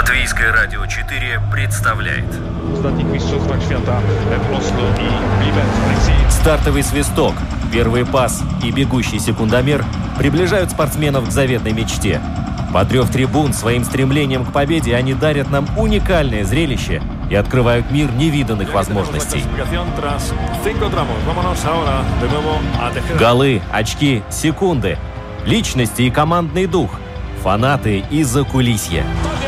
Латвийское радио 4 представляет. Стартовый свисток, первый пас и бегущий секундомер приближают спортсменов к заветной мечте. Под рев трибун своим стремлением к победе они дарят нам уникальное зрелище и открывают мир невиданных возможностей. Голы, очки, секунды, личности и командный дух, фанаты и закулисье.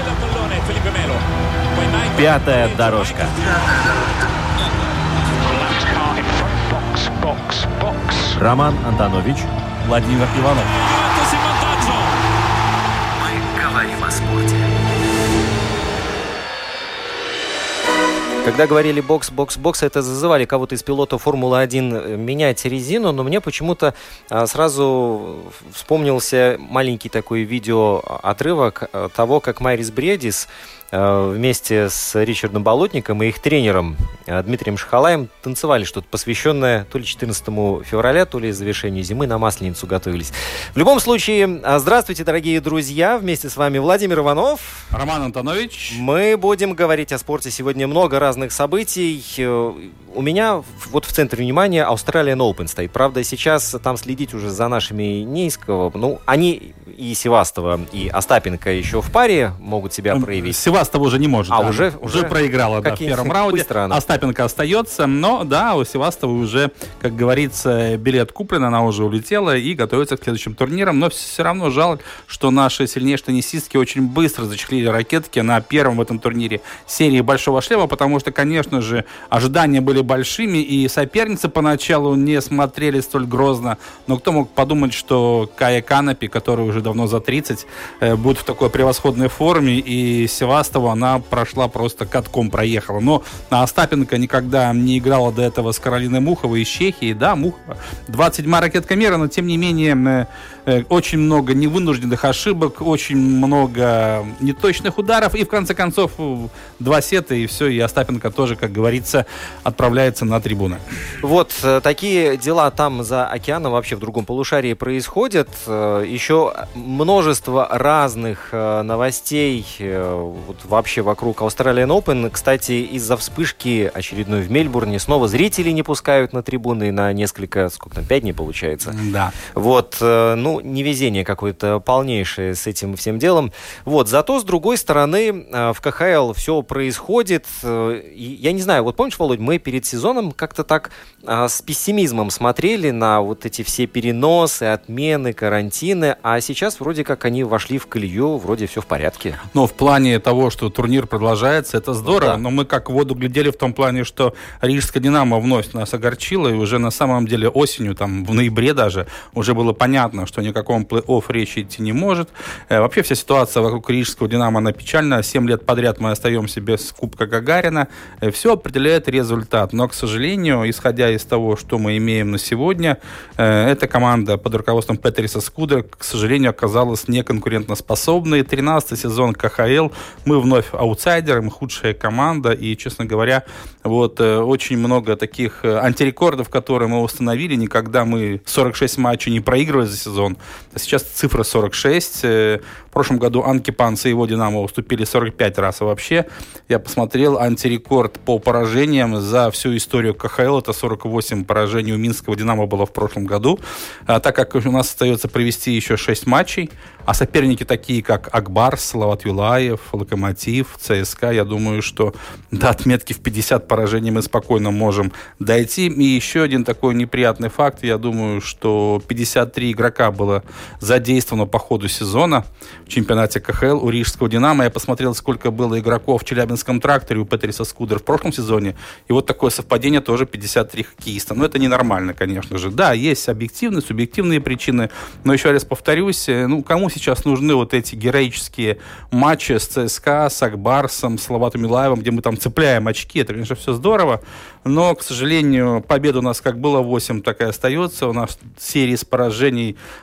Пятая дорожка. Роман Антонович, Владимир Иванов. Мы говорим о спорте. Когда говорили бокс, это зазывали кого-то из пилотов Формулы-1 менять резину, но мне почему-то сразу вспомнился маленький такой видеоотрывок того, как Майрис Бредис вместе с Ричардом Болотником и их тренером Дмитрием Шахалаем танцевали что-то, посвященное то ли 14 февраля, то ли завершению зимы, на Масленицу готовились. В любом случае, здравствуйте, дорогие друзья. Вместе с вами Владимир Иванов. Роман Антонович. Мы будем говорить о спорте. Сегодня много разных событий. У меня вот в центре внимания Australian Open стоит. Правда, сейчас там следить уже за нашими Нейского. Ну, они и Севастова, и Остапенко еще в паре могут себя проявить. Севастова уже не может. Уже проиграла в первом раунде. Остапенко остается, но да, у Севастовой уже, как говорится, билет куплен, она уже улетела и готовится к следующим турнирам. Но все равно жаль, что наши сильнейшие теннисистки очень быстро зачехлили ракетки на первом в этом турнире серии «Большого шлема», потому что, конечно же, ожидания были большими, и соперницы поначалу не смотрели столь грозно. Но кто мог подумать, что Кая Канапи, которая уже давно за 30, будет в такой превосходной форме, и Севастова, она прошла просто катком проехала. Но Остапенко никогда не играла до этого с Каролиной Муховой из Чехии. Да, Мухова 27-я ракетка мира, но тем не менее очень много невынужденных ошибок, очень много неточных ударов, и в конце концов 2 сета, и все, и Остапенко тоже, как говорится, отправляется на трибуны. Вот такие дела там за океаном, вообще в другом полушарии происходят. Еще множество разных новостей вот вообще вокруг Australian Open. Кстати, из-за вспышки очередной в Мельбурне снова зрителей не пускают на трибуны на несколько, 5 дней получается. Да. Вот, невезение какое-то полнейшее с этим всем делом. Вот, зато, с другой стороны, в КХЛ все происходит. И, я не знаю, вот помнишь, Володь, мы перед сезоном как-то так с пессимизмом смотрели на вот эти все переносы, отмены, карантины, а сейчас вроде как они вошли в колею, вроде все в порядке. Но в плане того, что турнир продолжается, это здорово, но мы как в воду глядели в том плане, что Рижская «Динамо» вновь нас огорчила, и уже на самом деле осенью, там в ноябре даже, уже было понятно, что никаком плей-офф речи идти не может. Вообще вся ситуация вокруг Рижского «Динамо», она печальна. 7 лет подряд мы остаемся без Кубка Гагарина. Все определяет результат. Но, к сожалению, исходя из того, что мы имеем на сегодня, эта команда под руководством Петриса Скудера, к сожалению, оказалась неконкурентоспособной. 13-й сезон КХЛ. Мы вновь аутсайдеры, мы худшая команда. И, честно говоря, вот очень много таких антирекордов, которые мы установили. Никогда мы 46 матчей не проигрывали за сезон. Сейчас цифра 46. В прошлом году Анки Панс и его «Динамо» уступили 45 раз. А вообще, я посмотрел, антирекорд по поражениям за всю историю КХЛ — это 48 поражений у Минского «Динамо» было в прошлом году. Так как у нас остается провести еще 6 матчей, а соперники такие, как Акбарс, Лават Юлаев, Локомотив, ЦСКА, я думаю, что до отметки в 50 поражений мы спокойно можем дойти. И еще один такой неприятный факт. Я думаю, что 53 игрока было задействовано по ходу сезона в чемпионате КХЛ у Рижского «Динамо». Я посмотрел, сколько было игроков в Челябинском «Тракторе» у Петриса Скудера в прошлом сезоне. И вот такое совпадение тоже 53 хоккеиста. Но это ненормально, конечно же. Да, есть объективные, субъективные причины. Но еще раз повторюсь, кому сейчас нужны вот эти героические матчи с ЦСКА, с Акбарсом, с Лаватом Юлаевым, где мы там цепляем очки? Это, конечно, все здорово. Но, к сожалению, победа у нас как было 8, так и остается. У нас серия из поражений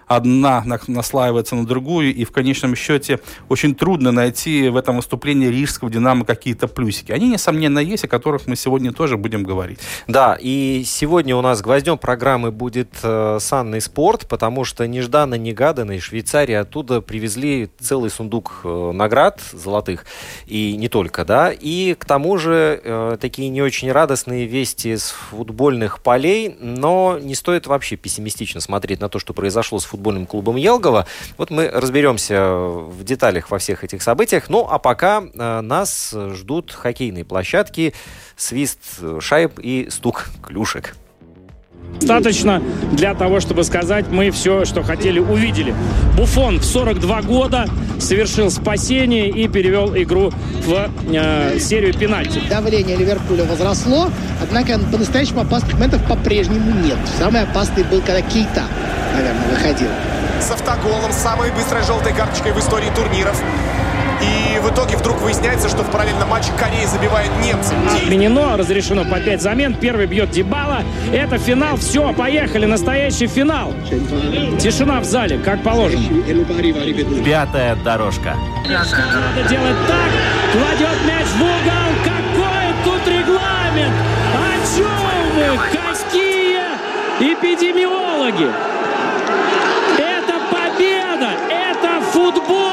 одна наслаивается на другую, и в конечном счете очень трудно найти в этом выступлении рижского «Динамо» какие-то плюсики. Они, несомненно, есть, о которых мы сегодня тоже будем говорить. Да, и сегодня у нас гвоздем программы будет санный спорт, потому что нежданно-негаданно из Швейцарии оттуда привезли целый сундук наград золотых, и не только, да, и к тому же такие не очень радостные вести с футбольных полей, но не стоит вообще пессимистично смотреть на то, что произошло с футбольным клубом Елгово. Вот мы разберемся в деталях во всех этих событиях, ну а пока нас ждут хоккейные площадки, свист шайб и стук клюшек. Достаточно для того, чтобы сказать, мы все, что хотели, увидели. Буфон в 42 года совершил спасение и перевел игру в серию пенальти. Давление Ливерпуля возросло, однако по-настоящему опасных моментов по-прежнему нет. Самый опасный был, когда Кейта, наверное, выходил. С автоголом, самой быстрой желтой карточкой в истории турниров. И в итоге вдруг выясняется, что в параллельном матче Корея забивает немцев. Отменено, разрешено по 5 замен. Первый бьет Дибала. Это финал. Все, поехали. Настоящий финал. Тишина в зале, как положено. Пятая дорожка. Надо делать так. Кладет мяч в угол. Какой тут регламент? О чем вы? Какие эпидемиологи? Это победа. Это футбол.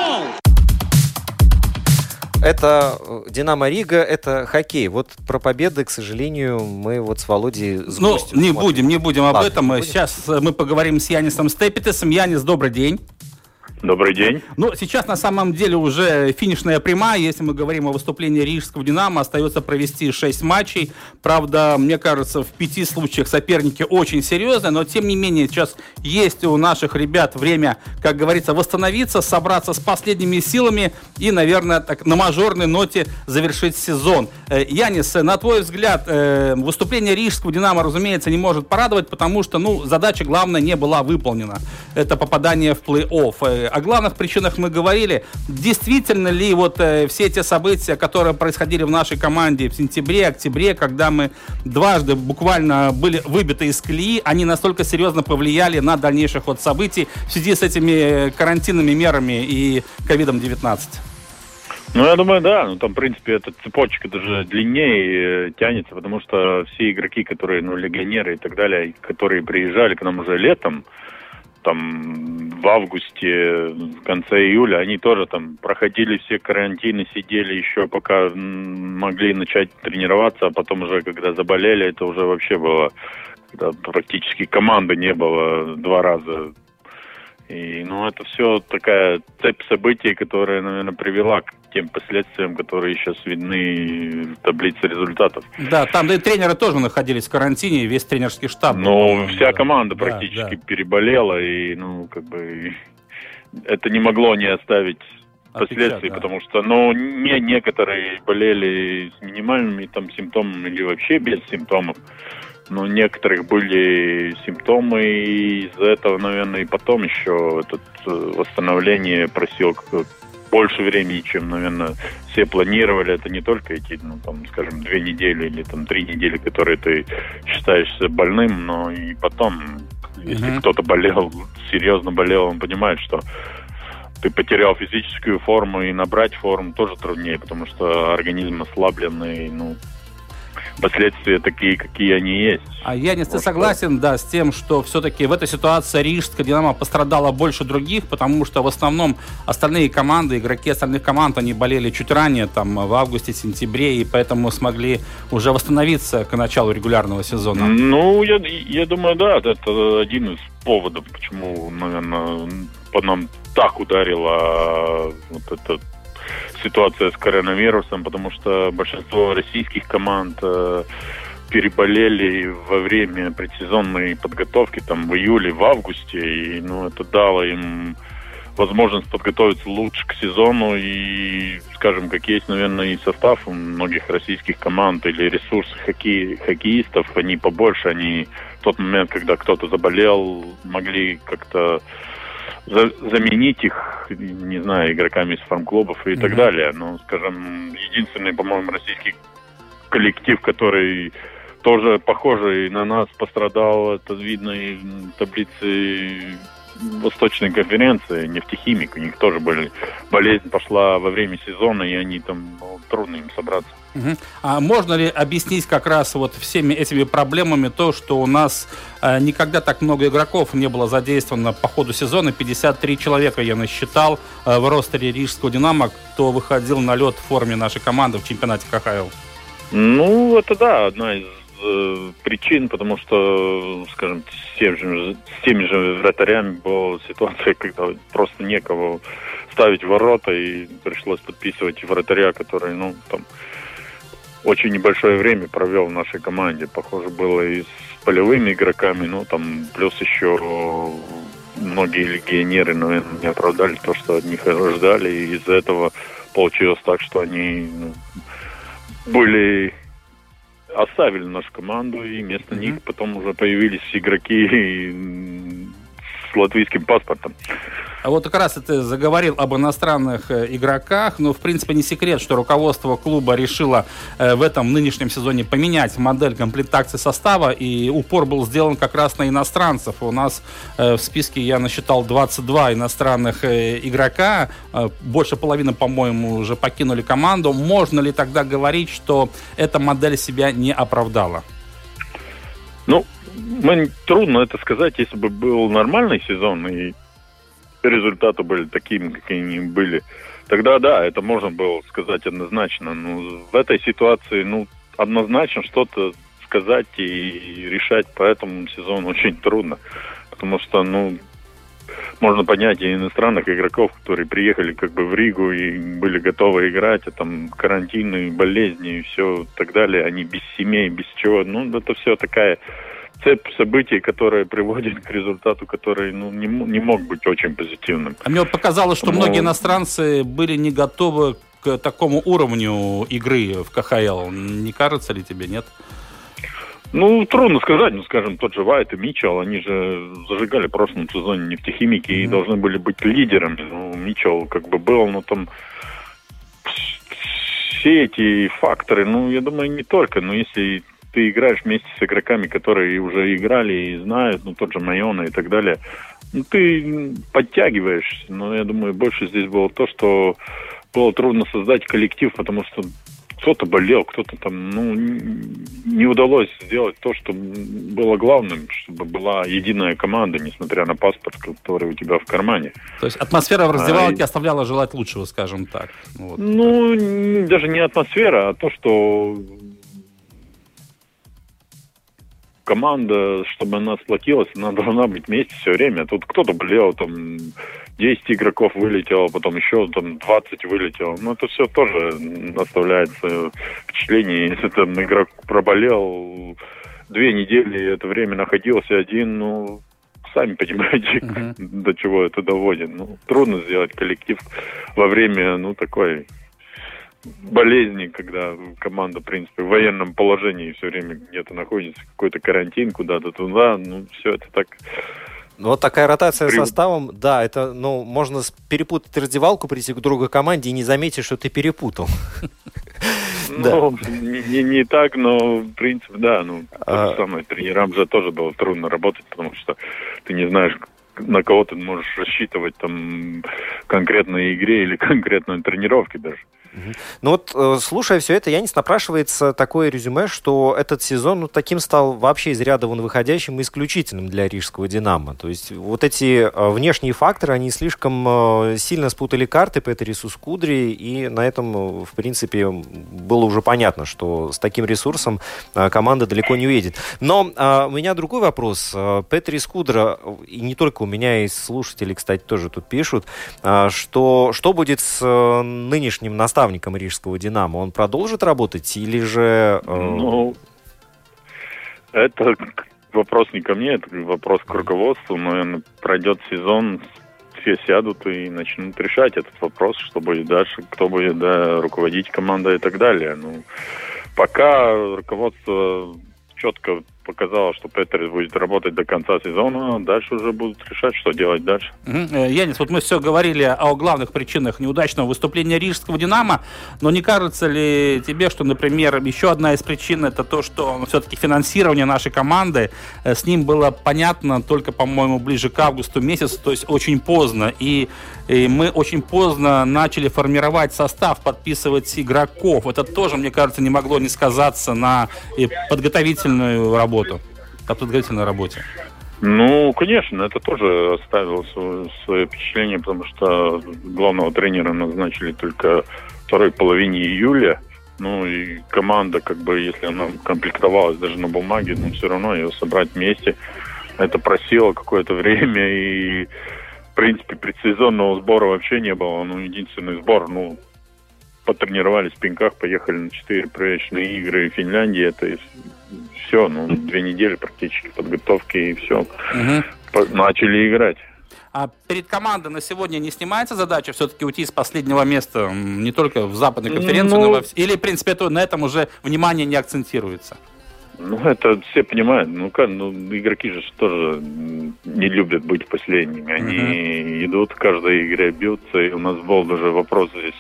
Это «Динамо Рига», это хоккей. Вот про победы, к сожалению, мы вот с Володей сгустим. Не будем об этом. Сейчас мы поговорим с Янисом Степетесом. Янис, добрый день. Добрый день. Ну, сейчас на самом деле уже финишная прямая. Если мы говорим о выступлении рижского «Динамо», остается провести 6 матчей. Правда, мне кажется, в 5 случаях соперники очень серьезные, но тем не менее сейчас есть у наших ребят время, как говорится, восстановиться, собраться с последними силами и, наверное, так на мажорной ноте завершить сезон. Янис, на твой взгляд, выступление рижского «Динамо», разумеется, не может порадовать, потому что, задача главная не была выполнена. Это попадание в плей-офф. О главных причинах мы говорили. Действительно ли вот все эти события, которые происходили в нашей команде в сентябре, октябре, когда мы дважды буквально были выбиты из колеи, они настолько серьезно повлияли на дальнейший ход событий в связи с этими карантинными мерами и ковидом-19? Я думаю, да. Там, в принципе, эта цепочка даже длиннее тянется, потому что все игроки, которые, легионеры и так далее, которые приезжали к нам уже летом, там в августе, в конце июля, они тоже там проходили все карантины, сидели еще пока могли начать тренироваться, а потом уже, когда заболели, это уже вообще было, когда практически команды не было 2 раза. И, это все такая цепь событий, которая, наверное, привела к тем последствиям, которые сейчас видны в таблице результатов. Да, там и тренеры тоже находились в карантине, весь тренерский штаб. Вся команда практически переболела, и, это не могло не оставить последствий, потому что, некоторые болели с минимальными симптомами или вообще без симптомов. Но у некоторых были симптомы, и из-за этого, наверное, и потом еще восстановление просило больше времени, чем, наверное, все планировали. Это не только эти, 2 недели или 3 недели, которые ты считаешься больным, но и потом, если кто-то болел, серьезно болел, он понимает, что ты потерял физическую форму, и набрать форму тоже труднее, потому что организм ослаблен, и, последствия такие, какие они есть. А Янис, ты согласен, с тем, что все-таки в этой ситуации рижская «Динамо» пострадала больше других, потому что в основном остальные команды, игроки остальных команд, они болели чуть ранее, в августе, сентябре, и поэтому смогли уже восстановиться к началу регулярного сезона? Я думаю, да, это один из поводов, почему, наверное, по нам так ударила эта ситуация с коронавирусом, потому что большинство российских команд переболели во время предсезонной подготовки, в июле, в августе, и это дало им возможность подготовиться лучше к сезону, и, скажем, как есть, наверное, и состав у многих российских команд или ресурсы хоккеистов, они побольше, они в тот момент, когда кто-то заболел, могли как-то заменить их, не знаю, игроками из фарм-клубов и так далее. Скажем, единственный, по-моему, российский коллектив, который тоже похожий на нас пострадал, это видно и в таблице Восточной конференции, Нефтехимик, у них тоже болезнь пошла во время сезона, и они там, трудно им собраться. А можно ли объяснить как раз вот всеми этими проблемами то, что у нас никогда так много игроков не было задействовано по ходу сезона? 53 человека я насчитал в ростере Рижского «Динамо», кто выходил на лед в форме нашей команды в чемпионате КХЛ. Ну, это да, одна из причин, потому что, скажем, с теми же вратарями была ситуация, когда просто некого ставить в ворота, и пришлось подписывать вратаря, который, ну, там, очень небольшое время провел в нашей команде. Похоже, было и с полевыми игроками, ну, там, плюс еще многие легионеры, наверное, не оправдали то, что от них ждали, и из-за этого получилось так, что они оставили нашу команду, и вместо них потом уже появились игроки с латвийским паспортом. А вот как раз ты заговорил об иностранных игроках, но в принципе не секрет, что руководство клуба решило в этом нынешнем сезоне поменять модель комплектации состава, и упор был сделан как раз на иностранцев. У нас в списке я насчитал 22 иностранных игрока, больше половины, по-моему, уже покинули команду. Можно ли тогда говорить, что эта модель себя не оправдала? Ну, трудно это сказать, если бы был нормальный сезон, и результаты были такими, какие они были. Тогда, да, это можно было сказать однозначно. Но в этой ситуации, однозначно что-то сказать и решать по этому сезону очень трудно. Потому что, можно понять и иностранных игроков, которые приехали как бы в Ригу и были готовы играть, а там карантины, болезни и все так далее. Они без семей, без чего. Это все такая цепь событий, которая приводит к результату, который не мог быть очень позитивным. А мне показалось, что многие иностранцы были не готовы к такому уровню игры в КХЛ. Не кажется ли тебе, нет? Трудно сказать. Скажем, тот же Вайт и Митчелл, они же зажигали в прошлом сезоне нефтехимики и должны были быть лидерами. Митчелл как бы был, но там все эти факторы, я думаю, не только, но если ты играешь вместе с игроками, которые уже играли и знают, тот же Майона и так далее, ты подтягиваешься. Но я думаю, больше здесь было то, что было трудно создать коллектив, потому что кто-то болел, кто-то там, не удалось сделать то, что было главным, чтобы была единая команда, несмотря на паспорт, который у тебя в кармане. То есть атмосфера в раздевалке оставляла желать лучшего, скажем так. Даже не атмосфера, а то, что команда, чтобы она сплотилась, она должна быть вместе все время. Тут кто-то болел, там 10 игроков вылетело, потом еще там 20 вылетело. Это все тоже оставляет впечатление. Если там игрок проболел 2 недели, это время находился один, сами понимаете, до чего это доводит. Трудно сделать коллектив во время, такой болезни, когда команда, в принципе, в военном положении все время где-то находится, какой-то карантин куда-то туда, все это так. Вот такая ротация составом, да, это, можно перепутать раздевалку, прийти к другой команде и не заметить, что ты перепутал. Не так, но, в принципе, да. То же самое, тренерам же тоже было трудно работать, потому что ты не знаешь, на кого ты можешь рассчитывать там конкретной игре или конкретной тренировке даже. Слушая все это, Янис, напрашивается такое резюме, что этот сезон таким стал вообще из ряда вон выходящим и исключительным для Рижского «Динамо». То есть вот эти внешние факторы, они слишком сильно спутали карты Петерису Скудри, и на этом, в принципе, было уже понятно, что с таким ресурсом команда далеко не уедет. Но у меня другой вопрос. Петерис Скудра, и не только у меня, и слушатели, кстати, тоже тут пишут, что будет с нынешним наставником Рижского «Динамо», он продолжит работать или же... Это вопрос не ко мне, это вопрос к руководству. Наверное, пройдет сезон, все сядут и начнут решать этот вопрос, что будет дальше, кто будет руководить командой и так далее. Пока руководство четко показало, что Петер будет работать до конца сезона, дальше уже будут решать, что делать дальше. Янис, вот мы все говорили о главных причинах неудачного выступления рижского «Динамо», но не кажется ли тебе, что, например, еще одна из причин это то, что все-таки финансирование нашей команды, с ним было понятно только, по-моему, ближе к августу месяцу, то есть очень поздно, и мы очень поздно начали формировать состав, подписывать игроков. Это тоже, мне кажется, не могло не сказаться на подготовительную работу, о подготовительной работе. Ну, конечно, это тоже оставило свое впечатление, потому что главного тренера назначили только второй половине июля. Ну, и команда, как бы, если она комплектовалась даже на бумаге, но все равно ее собрать вместе, это просило какое-то время, и, в принципе, предсезонного сбора вообще не было. Ну, единственный сбор, потренировались в пеньках, поехали на 4 проверочные игры в Финляндии, это все, 2 недели практически подготовки, и все. Начали играть. А перед командой на сегодня не снимается задача все-таки уйти с последнего места не только в западной конференции, но или, в принципе, на этом уже внимание не акцентируется? Это все понимают. Игроки же тоже не любят быть последними. Они идут, в каждой игре бьются, и у нас был даже вопрос здесь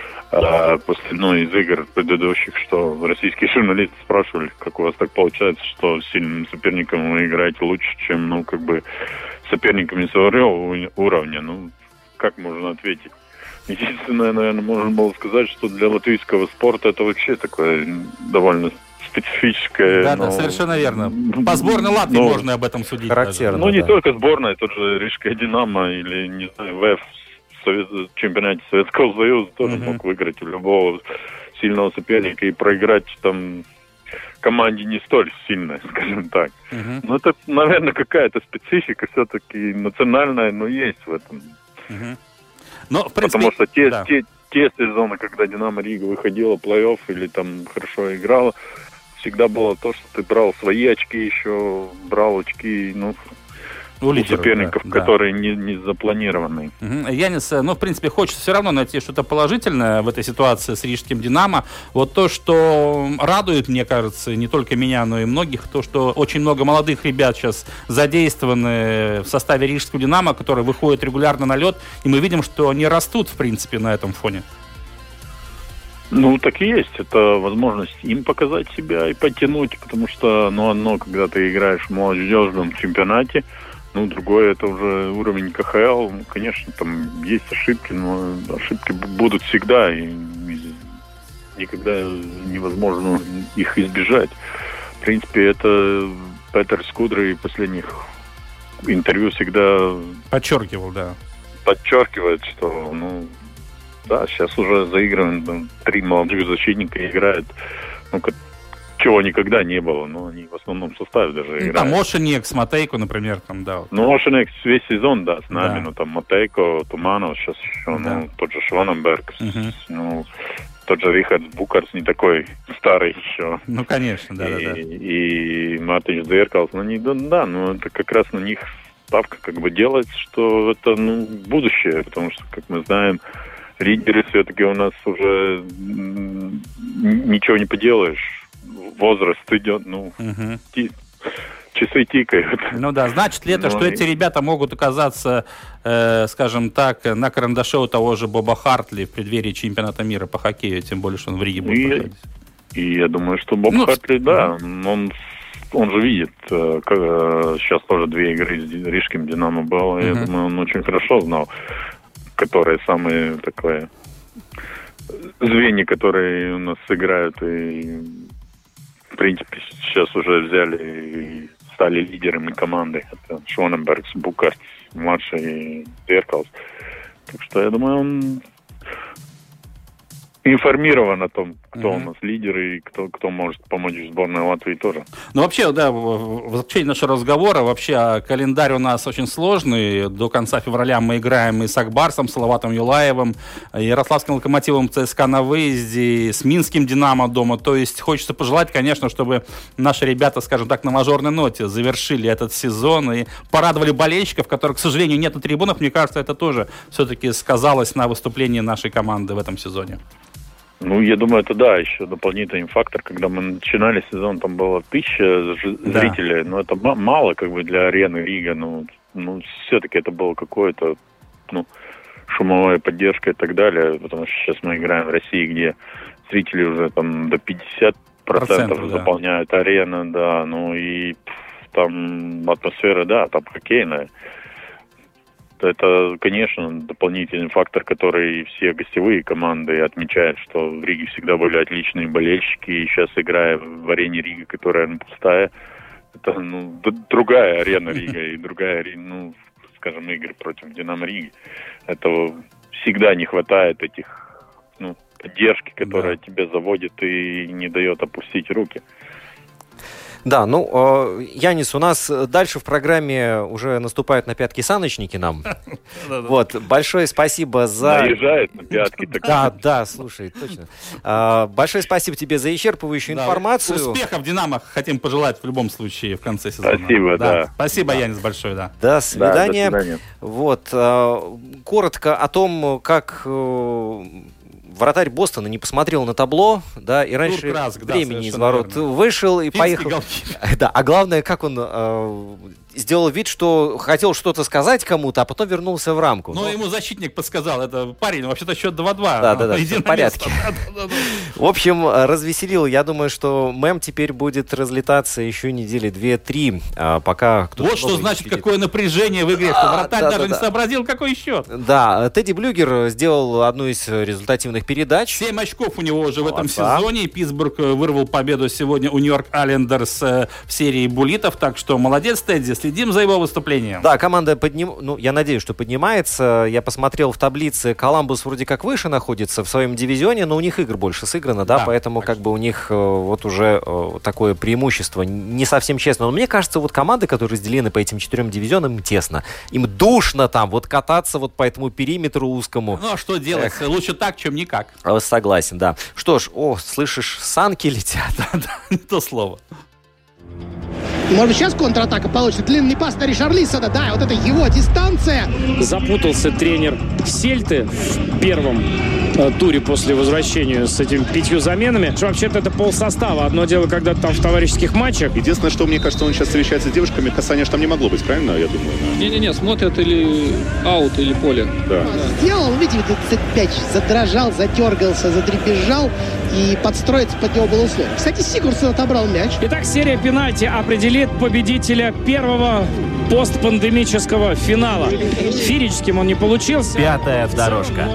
после из игр предыдущих, что российские журналисты спрашивали, как у вас так получается, что с сильным соперником вы играете лучше, чем, соперниками своего уровня. Как можно ответить? Единственное, наверное, можно было сказать, что для латвийского спорта это вообще такое довольно специфическое. Да, совершенно верно. По сборной Латвии можно об этом судить. Характерно. Не только сборная, тот же Рижская «Динамо» или, не знаю, ВФ в чемпионате Советского Союза тоже мог выиграть у любого сильного соперника и проиграть там команде не столь сильной, скажем так. Это, наверное, какая-то специфика все-таки национальная, но есть в этом. Но, в принципе, потому что те сезоны, когда «Динамо Рига» выходила в плей-офф или там хорошо играла, всегда было то, что ты брал свои очки еще, брал очки, у лидеров, соперников, которые не запланированы. Янис, в принципе, хочется все равно найти что-то положительное в этой ситуации с рижским «Динамо». Вот то, что радует, мне кажется, не только меня, но и многих, то, что очень много молодых ребят сейчас задействованы в составе рижского «Динамо», которые выходят регулярно на лед, и мы видим, что они растут, в принципе, на этом фоне. Так и есть. Это возможность им показать себя и подтянуть, потому что, одно, когда ты играешь в молодежном чемпионате, другое, это уже уровень КХЛ. Конечно, там есть ошибки, но ошибки будут всегда, и никогда невозможно их избежать. В принципе, это Петер Скудра и последних интервью всегда подчеркивает, что, сейчас уже заигрываем, 3 молодых защитника играют, чего никогда не было, но они в основном составе даже играют. Там Ошенек с Матейко, например, Ошенек весь сезон, с нами, там Матейко, Туманов, сейчас еще, тот же Шваненберг, тот же Рихардс Букарс, не такой старый еще. Конечно, да. И Матич Дзеркалс, это как раз на них ставка делается, что это, будущее, потому что, как мы знаем, лидеры все-таки у нас уже ничего не поделаешь. Возраст идет, часы тикают. Значит ли это, что эти ребята могут оказаться, скажем так, на карандаше у того же Боба Хартли в преддверии чемпионата мира по хоккею, тем более, что он в Риге будет проходить? И я думаю, что Боб Хартли, он же видит, сейчас тоже 2 игры с рижским «Динамо» было, я думаю, он очень хорошо знал, которые самые такое звенья, которые у нас играют, и в принципе сейчас уже взяли и стали лидерами команды. Это Шваненбергс, Букарс, младший и Дзеркалс. Так что я думаю, он информирован о том, кто у нас лидеры и кто может помочь в сборной Латвии тоже. Вообще, в заключение нашего разговора, календарь у нас очень сложный. До конца февраля мы играем и с Акбарсом, с Салаватом Юлаевым, Ярославским Локомотивом ЦСКА на выезде, с Минским «Динамо» дома. То есть хочется пожелать, конечно, чтобы наши ребята, скажем так, на мажорной ноте завершили этот сезон и порадовали болельщиков, которых, к сожалению, нет на трибунах. Мне кажется, это тоже все-таки сказалось на выступлении нашей команды в этом сезоне. Ну, я думаю, это да, еще дополнительный фактор. Когда мы начинали сезон, там было 1000 зрителей, но это мало как бы для арены Рига. Ну, все-таки это было какое-то, шумовая поддержка и так далее, потому что сейчас мы играем в России, где зрители уже там до 50% заполняют арену, да, и там атмосфера, да, там хоккейная. Это, конечно, дополнительный фактор, который все гостевые команды отмечают, что в Риге всегда были отличные болельщики, и сейчас, играя в арене Рига, которая пустая, это, другая арена Рига и другая, скажем, игры против Динамо Риги. Этого всегда не хватает, этих, поддержки, которая тебя заводит и не дает опустить руки. Да, Янис, у нас дальше в программе уже наступают на пятки саночники нам. Вот, большое спасибо за... Наезжает на пятки. Да, слушай, точно. Большое спасибо тебе за исчерпывающую информацию. Успехов «Динамо» хотим пожелать в любом случае в конце сезона. Спасибо, да. Спасибо, Янис, большое, да. До свидания. До свидания. Вот, коротко о том, как... Вратарь Бостона не посмотрел на табло, да, и раньше времени из ворот вышел и поехал. Да, а главное, как он сделал вид, что хотел что-то сказать кому-то, а потом вернулся в рамку. Но ему защитник подсказал, это парень, вообще-то счет 2-2. Да, все в порядке. В общем, развеселил. Я думаю, что мем теперь будет разлетаться еще недели 2-3, пока кто-то... Вот что значит, какое напряжение в игре, что вратарь даже не сообразил, какой счет. Да, Тедди Блюгер сделал одну из результативных передач. 7 очков у него уже в этом сезоне. Питтсбург вырвал победу сегодня у Нью-Йорк Айлендерс в серии буллитов, так что молодец, Тедди. Следим за его выступлением. Да, команда я надеюсь, что поднимается. Я посмотрел в таблице, Коламбус вроде как выше находится в своем дивизионе, но у них игр больше сыграно, да, поэтому как бы у них вот уже такое преимущество. Не совсем честно. Но мне кажется, вот команды, которые разделены по этим 4 дивизионам, им тесно. Им душно там, вот кататься вот по этому периметру узкому. Ну, а что делать? Лучше так, чем никак. Согласен, да. Что ж, слышишь, санки летят. Да, не то слово. Может быть, сейчас контратака получится. Длинный пас на Ришарлисона. Да, вот это его дистанция. Запутался тренер Сельты в первом туре после возвращения с этими 5 заменами. Вообще-то это полсостава. Одно дело, когда ты там в товарищеских матчах. Единственное, что мне кажется, он сейчас встречается с девушками, касания же там не могло быть, правильно, я думаю? Не-не-не, смотрят или аут, или поле. Да. Сделал, видите, мяч задрожал, затергался, задребезжал, и подстроиться под него было условие. Кстати, Сигурдсон отобрал мяч. Итак, серия пенальти определит победителя первого постпандемического финала. Феерическим он не получился. Пятая дорожка.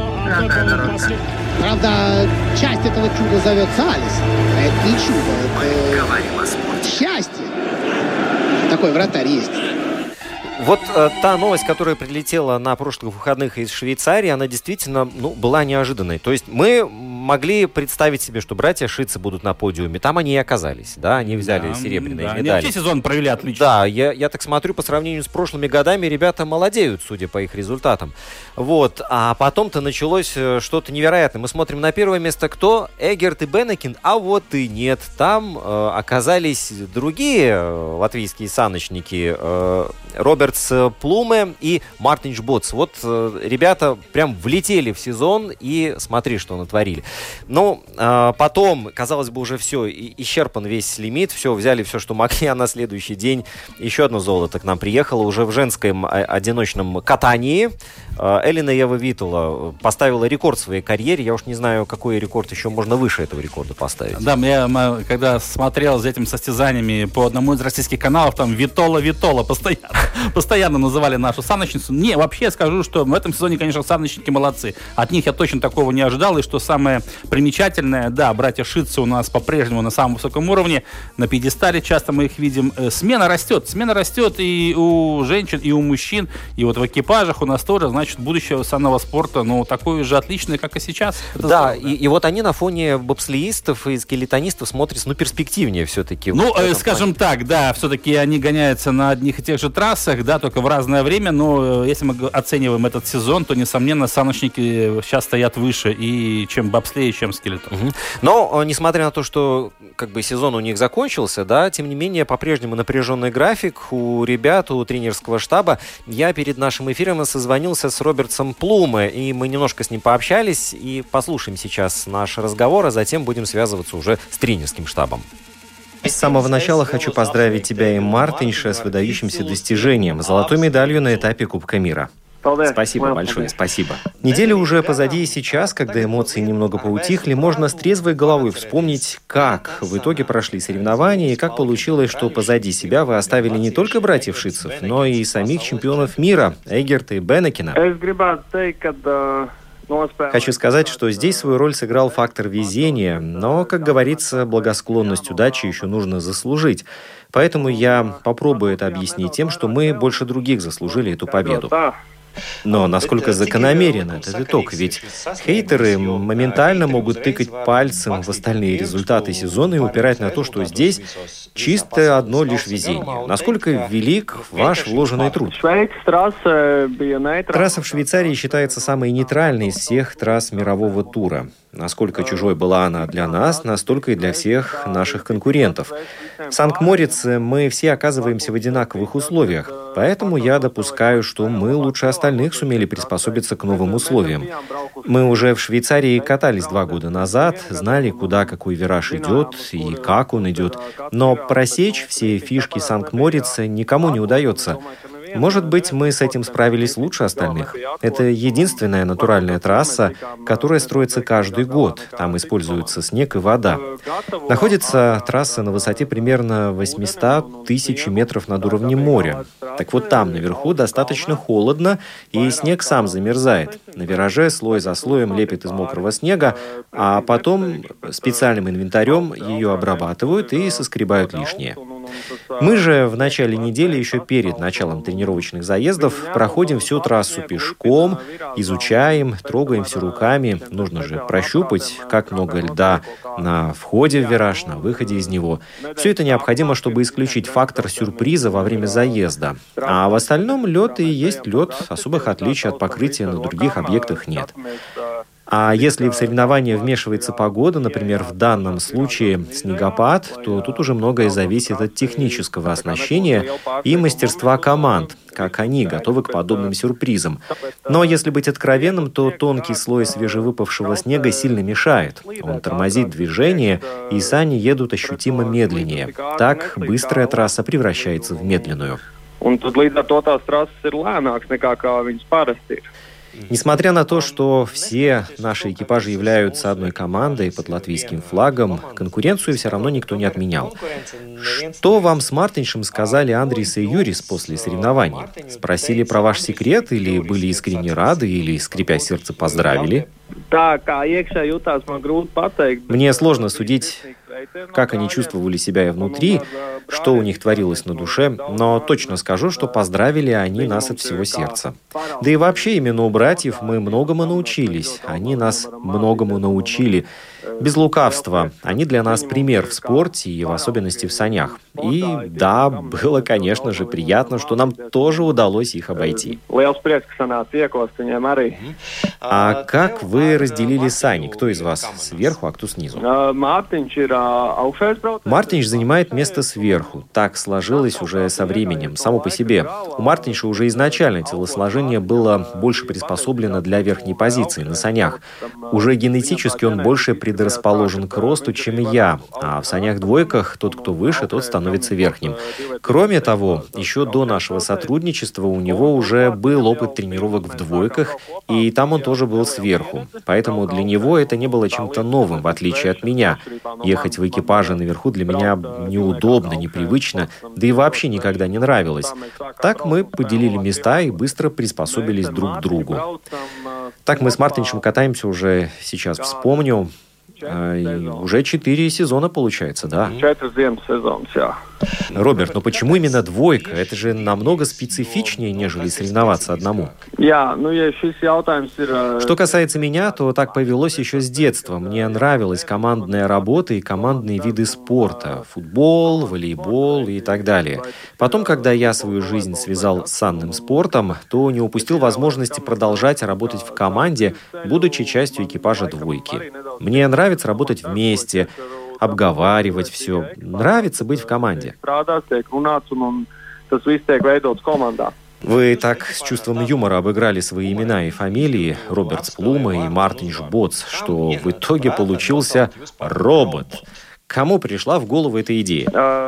Правда, часть этого чуда зовется Алис. А это не чудо, это счастье. Такой вратарь есть. Вот та новость, которая прилетела на прошлых выходных из Швейцарии, она действительно была неожиданной. То есть мы могли представить себе, что братья Шицы будут на подиуме. Там они и оказались. Да, они взяли серебряные медали. Они все сезон провели отлично. Да, я так смотрю, по сравнению с прошлыми годами, ребята молодеют, судя по их результатам. Вот. А потом-то началось что-то невероятное. Мы смотрим на первое место, кто? Эгерт и Бенекин. А вот и нет. Там оказались другие латвийские саночники. Робертс Плуме и Мартинш Боц. Вот ребята прям влетели в сезон и смотри, что натворили. Ну, потом, казалось бы, уже все, исчерпан весь лимит, все, взяли все, что могли, а на следующий день еще одно золото к нам приехало, уже в женском одиночном катании. Элина Ева Витула поставила рекорд в своей карьере. Я уж не знаю, какой рекорд еще можно выше этого рекорда поставить. Да, я когда смотрел за этими состязаниями по одному из российских каналов, там Витола постоянно называли нашу саночницу. Не, вообще скажу, что в этом сезоне, конечно, саночники молодцы. От них я точно такого не ожидал. И что самое примечательное, да, братья Шицы у нас по-прежнему на самом высоком уровне. На пьедестале часто мы их видим. Смена растет и у женщин, и у мужчин. И вот в экипажах у нас тоже, значит, будущее санного спорта, такое же отличное, как и сейчас. Это да, и вот они на фоне бобслеистов и скелетонистов смотрятся, перспективнее все-таки. Скажем так, да, все-таки они гоняются на одних и тех же трассах, да, только в разное время, но если мы оцениваем этот сезон, то, несомненно, саночники сейчас стоят выше и чем бобслей, чем скелетон. Угу. Но, несмотря на то, что сезон у них закончился, да, тем не менее, по-прежнему напряженный график у ребят, у тренерского штаба. Я перед нашим эфиром созвонился с Робертсом Плуме, и мы немножко с ним пообщались, и послушаем сейчас наш разговор, а затем будем связываться уже с тренерским штабом. С самого начала хочу поздравить тебя и Мартинша с выдающимся достижением – золотой медалью на этапе Кубка мира. Спасибо большое, спасибо. Неделя уже позади, и сейчас, когда эмоции немного поутихли, можно с трезвой головой вспомнить, как в итоге прошли соревнования и как получилось, что позади себя вы оставили не только братьев Шицев, но и самих чемпионов мира Эггерта и Бенекена. Хочу сказать, что здесь свою роль сыграл фактор везения, но, как говорится, благосклонность удачи еще нужно заслужить. Поэтому я попробую это объяснить тем, что мы больше других заслужили эту победу. Но насколько закономерен этот итог? Ведь хейтеры моментально могут тыкать пальцем в остальные результаты сезона и упирать на то, что здесь чисто одно лишь везение. Насколько велик ваш вложенный труд? Трасса в Швейцарии считается самой нейтральной из всех трасс мирового тура. Насколько чужой была она для нас, настолько и для всех наших конкурентов. В Санкт-Морице мы все оказываемся в одинаковых условиях, поэтому я допускаю, что мы лучше остальных сумели приспособиться к новым условиям. Мы уже в Швейцарии катались 2 года назад, знали, куда какой вираж идет и как он идет, но просечь все фишки Санкт-Морица никому не удается. Может быть, мы с этим справились лучше остальных. Это единственная натуральная трасса, которая строится каждый год. Там используются снег и вода. Находится трасса на высоте примерно 800 тысяч метров над уровнем моря. Так вот там, наверху, достаточно холодно, и снег сам замерзает. На вираже слой за слоем лепят из мокрого снега, а потом специальным инвентарем ее обрабатывают и соскребают лишнее. Мы же в начале недели, еще перед началом тренировочных заездов, проходим всю трассу пешком, изучаем, трогаем все руками. Нужно же прощупать, как много льда на входе в вираж, на выходе из него. Все это необходимо, чтобы исключить фактор сюрприза во время заезда. А в остальном лед и есть лед, особых отличий от покрытия на других объектах нет. А если в соревнования вмешивается погода, например, в данном случае снегопад, то тут уже многое зависит от технического оснащения и мастерства команд, как они готовы к подобным сюрпризам. Но если быть откровенным, то тонкий слой свежевыпавшего снега сильно мешает. Он тормозит движение, и сани едут ощутимо медленнее. Так быстрая трасса превращается в медленную. Несмотря на то, что все наши экипажи являются одной командой под латвийским флагом, конкуренцию все равно никто не отменял. Что вам с Мартиншем сказали Андрис и Юрис после соревнований? Спросили про ваш секрет, или были искренне рады, или, скрипя сердце, поздравили? Мне сложно судить, как они чувствовали себя и внутри, что у них творилось на душе, но точно скажу, что поздравили они нас от всего сердца. Да и вообще именно у братьев мы многому научились, они нас многому научили. Без лукавства, они для нас пример в спорте и в особенности в санях. И да, было, конечно же, приятно, что нам тоже удалось их обойти. А как вы разделили сани? Кто из вас сверху, а кто снизу? Мартинш занимает место сверху. Так сложилось уже со временем, само по себе. У Мартинша уже изначально телосложение было больше приспособлено для верхней позиции на санях. Уже генетически он больше предрасположен к росту, чем я, а в санях-двойках тот, кто выше, тот становится верхним. Кроме того, еще до нашего сотрудничества у него уже был опыт тренировок в двойках, и там он тоже был сверху. Поэтому для него это не было чем-то новым, в отличие от меня. Ехать в экипаже наверху для меня неудобно, непривычно, да и вообще никогда не нравилось. Так мы поделили места и быстро приспособились друг к другу. Так мы с Мартиншем катаемся уже, сейчас вспомню, уже 4 сезона получается, да? 4 сезона, да. Роберт, но почему именно двойка? Это же намного специфичнее, нежели соревноваться одному. Что касается меня, то так повелось еще с детства. Мне нравилась командная работа и командные виды спорта. Футбол, волейбол и так далее. Потом, когда я свою жизнь связал с санным спортом, то не упустил возможности продолжать работать в команде, будучи частью экипажа двойки. Мне нравится работать вместе, обговаривать все. Нравится быть в команде. Вы так с чувством юмора обыграли свои имена и фамилии, Робертс Плума и Мартинш Боц, что в итоге получился робот. Кому пришла в голову эта идея?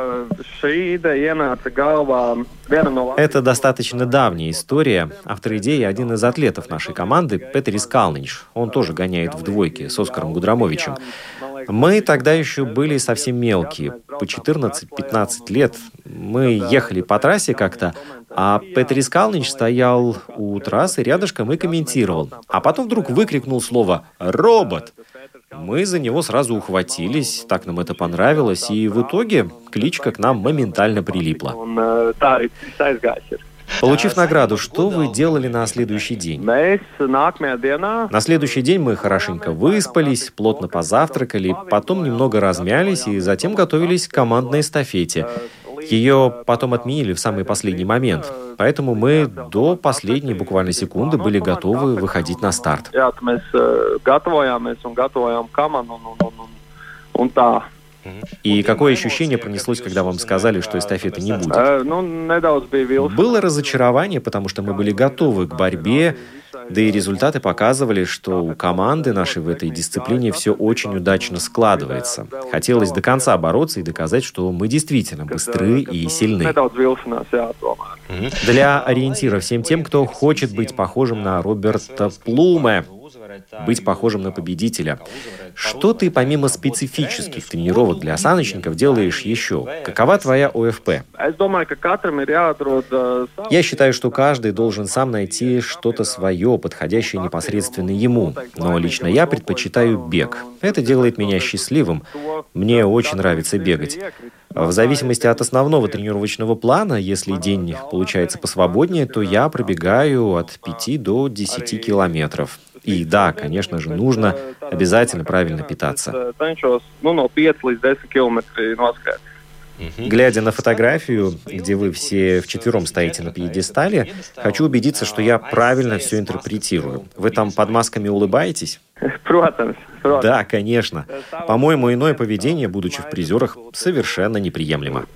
Это достаточно давняя история. Автор идеи – один из атлетов нашей команды, Петерис Калнинш. Он тоже гоняет в двойке с Оскаром Гудрамовичем. Мы тогда еще были совсем мелкие, по 14-15 лет. Мы ехали по трассе как-то, а Петерис Калнинш стоял у трассы рядышком и комментировал. А потом вдруг выкрикнул слово «робот». Мы за него сразу ухватились, так нам это понравилось, и в итоге кличка к нам моментально прилипла. Получив награду, что вы делали на следующий день? На следующий день мы хорошенько выспались, плотно позавтракали, потом немного размялись и затем готовились к командной эстафете. Ее потом отменили в самый последний момент, поэтому мы до последней буквально секунды были готовы выходить на старт. И какое ощущение пронеслось, когда вам сказали, что эстафеты не будет? Было разочарование, потому что мы были готовы к борьбе, да и результаты показывали, что у команды нашей в этой дисциплине все очень удачно складывается. Хотелось до конца бороться и доказать, что мы действительно быстры и сильны. Для ориентира всем тем, кто хочет быть похожим на Роберта Плуме, быть похожим на победителя. Что ты помимо специфических тренировок для саночников делаешь еще? Какова твоя ОФП? Я считаю, что каждый должен сам найти что-то свое, подходящее непосредственно ему. Но лично я предпочитаю бег. Это делает меня счастливым. Мне очень нравится бегать. В зависимости от основного тренировочного плана, если день получается посвободнее, то я пробегаю от 5 до 10 километров. И да, конечно же, нужно обязательно правильно питаться. Глядя на фотографию, где вы все вчетвером стоите на пьедестале, хочу убедиться, что я правильно все интерпретирую. Вы там под масками улыбаетесь? Да, конечно. По-моему, иное поведение, будучи в призерах, совершенно неприемлемо.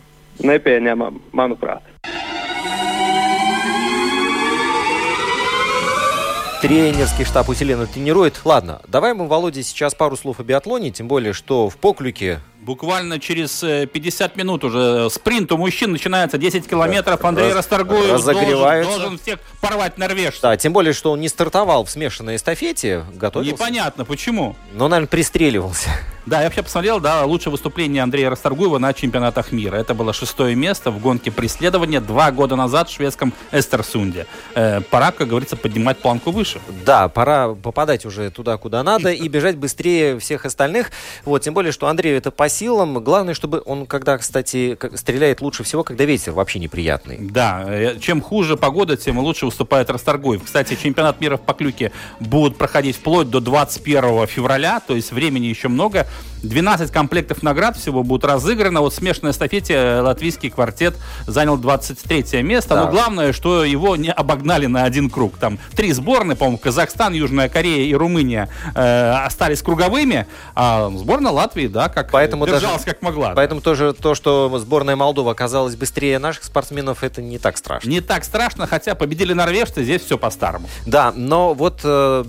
Тренерский штаб усиленно тренирует. Ладно, давай мы, Володя, сейчас пару слов о биатлоне, тем более, что в Поклюке... Буквально через 50 минут уже спринт у мужчин начинается, 10 километров. Андрей Расторгуев должен всех порвать норвежцев. Да, тем более, что он не стартовал в смешанной эстафете, готовился. Непонятно, почему. Но, наверное, пристреливался. Да, я вообще посмотрел, да, лучшее выступление Андрея Расторгуева на чемпионатах мира. Это было 6-е место в гонке преследования 2 года назад в шведском Эстерсунде. Пора, как говорится, поднимать планку выше. Да, пора попадать уже туда, куда надо, и бежать быстрее всех остальных. Вот, тем более, что Андрею это по силам. Главное, чтобы он, когда, кстати, стреляет лучше всего, когда ветер вообще неприятный. Да, чем хуже погода, тем лучше выступает Расторгуев. Кстати, чемпионат мира в Поклюке будет проходить вплоть до 21 февраля, то есть времени еще много. 12 комплектов наград всего будут разыграны. Вот в смешанной эстафете латвийский квартет занял 23 место. Да. Но главное, что его не обогнали на один круг. Там 3 сборные, по-моему, Казахстан, Южная Корея и Румыния остались круговыми. А сборная Латвии, да, как держалась как могла. Поэтому тоже то, что сборная Молдовы оказалась быстрее наших спортсменов, это не так страшно. Не так страшно, хотя победили норвежцы, здесь все по-старому. Да, но вот...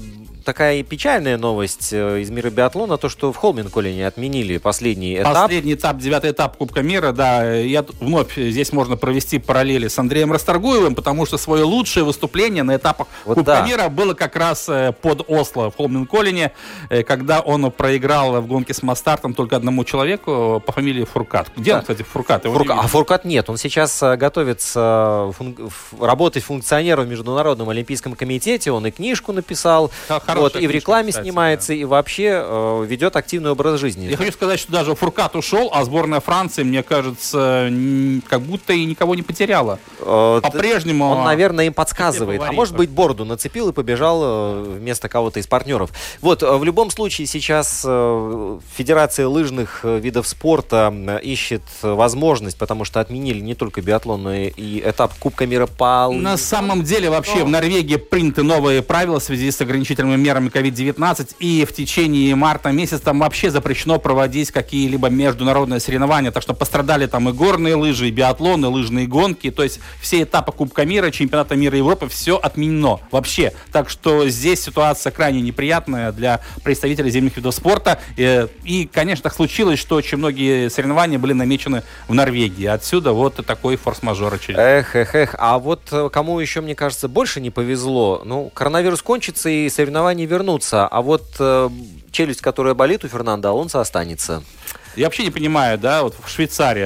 Такая печальная новость из мира биатлона, то, что в Холменколлине отменили последний этап. Последний этап, 9-й этап Кубка мира, да. Я вновь здесь можно провести параллели с Андреем Расторгуевым, потому что свое лучшее выступление на этапах Кубка мира было как раз под Осло в Холменколлине, когда он проиграл в гонке с Мастартом только одному человеку по фамилии Фуркат. Где он, кстати, Фуркат? Фуркат нет. Он сейчас готовится работать функционером в Международном олимпийском комитете. Он и книжку написал. Вот, и в рекламе снимается, и вообще ведет активный образ жизни. Я хочу сказать, что даже Фуркат ушел, а сборная Франции, мне кажется, как будто и никого не потеряла. По-прежнему... Он, наверное, им подсказывает. А может быть, бороду нацепил и побежал вместо кого-то из партнеров. Вот, в любом случае, сейчас Федерация лыжных видов спорта ищет возможность, потому что отменили не только биатлон, но и этап Кубка мира по... На самом деле, вообще, в Норвегии приняты новые правила в связи с ограничительными мерами COVID-19, и в течение марта месяца там вообще запрещено проводить какие-либо международные соревнования, так что пострадали там и горные лыжи, и биатлон, и лыжные гонки, то есть все этапы Кубка мира, Чемпионата мира Европы, все отменено вообще. Так что здесь ситуация крайне неприятная для представителей зимних видов спорта, и, конечно, так случилось, что очень многие соревнования были намечены в Норвегии. Отсюда вот такой форс-мажор очередной. А вот кому еще, мне кажется, больше не повезло, коронавирус кончится и соревнования вернутся, а вот челюсть, которая болит у Фернандо Алонсо, останется. Я вообще не понимаю, вот в Швейцарии,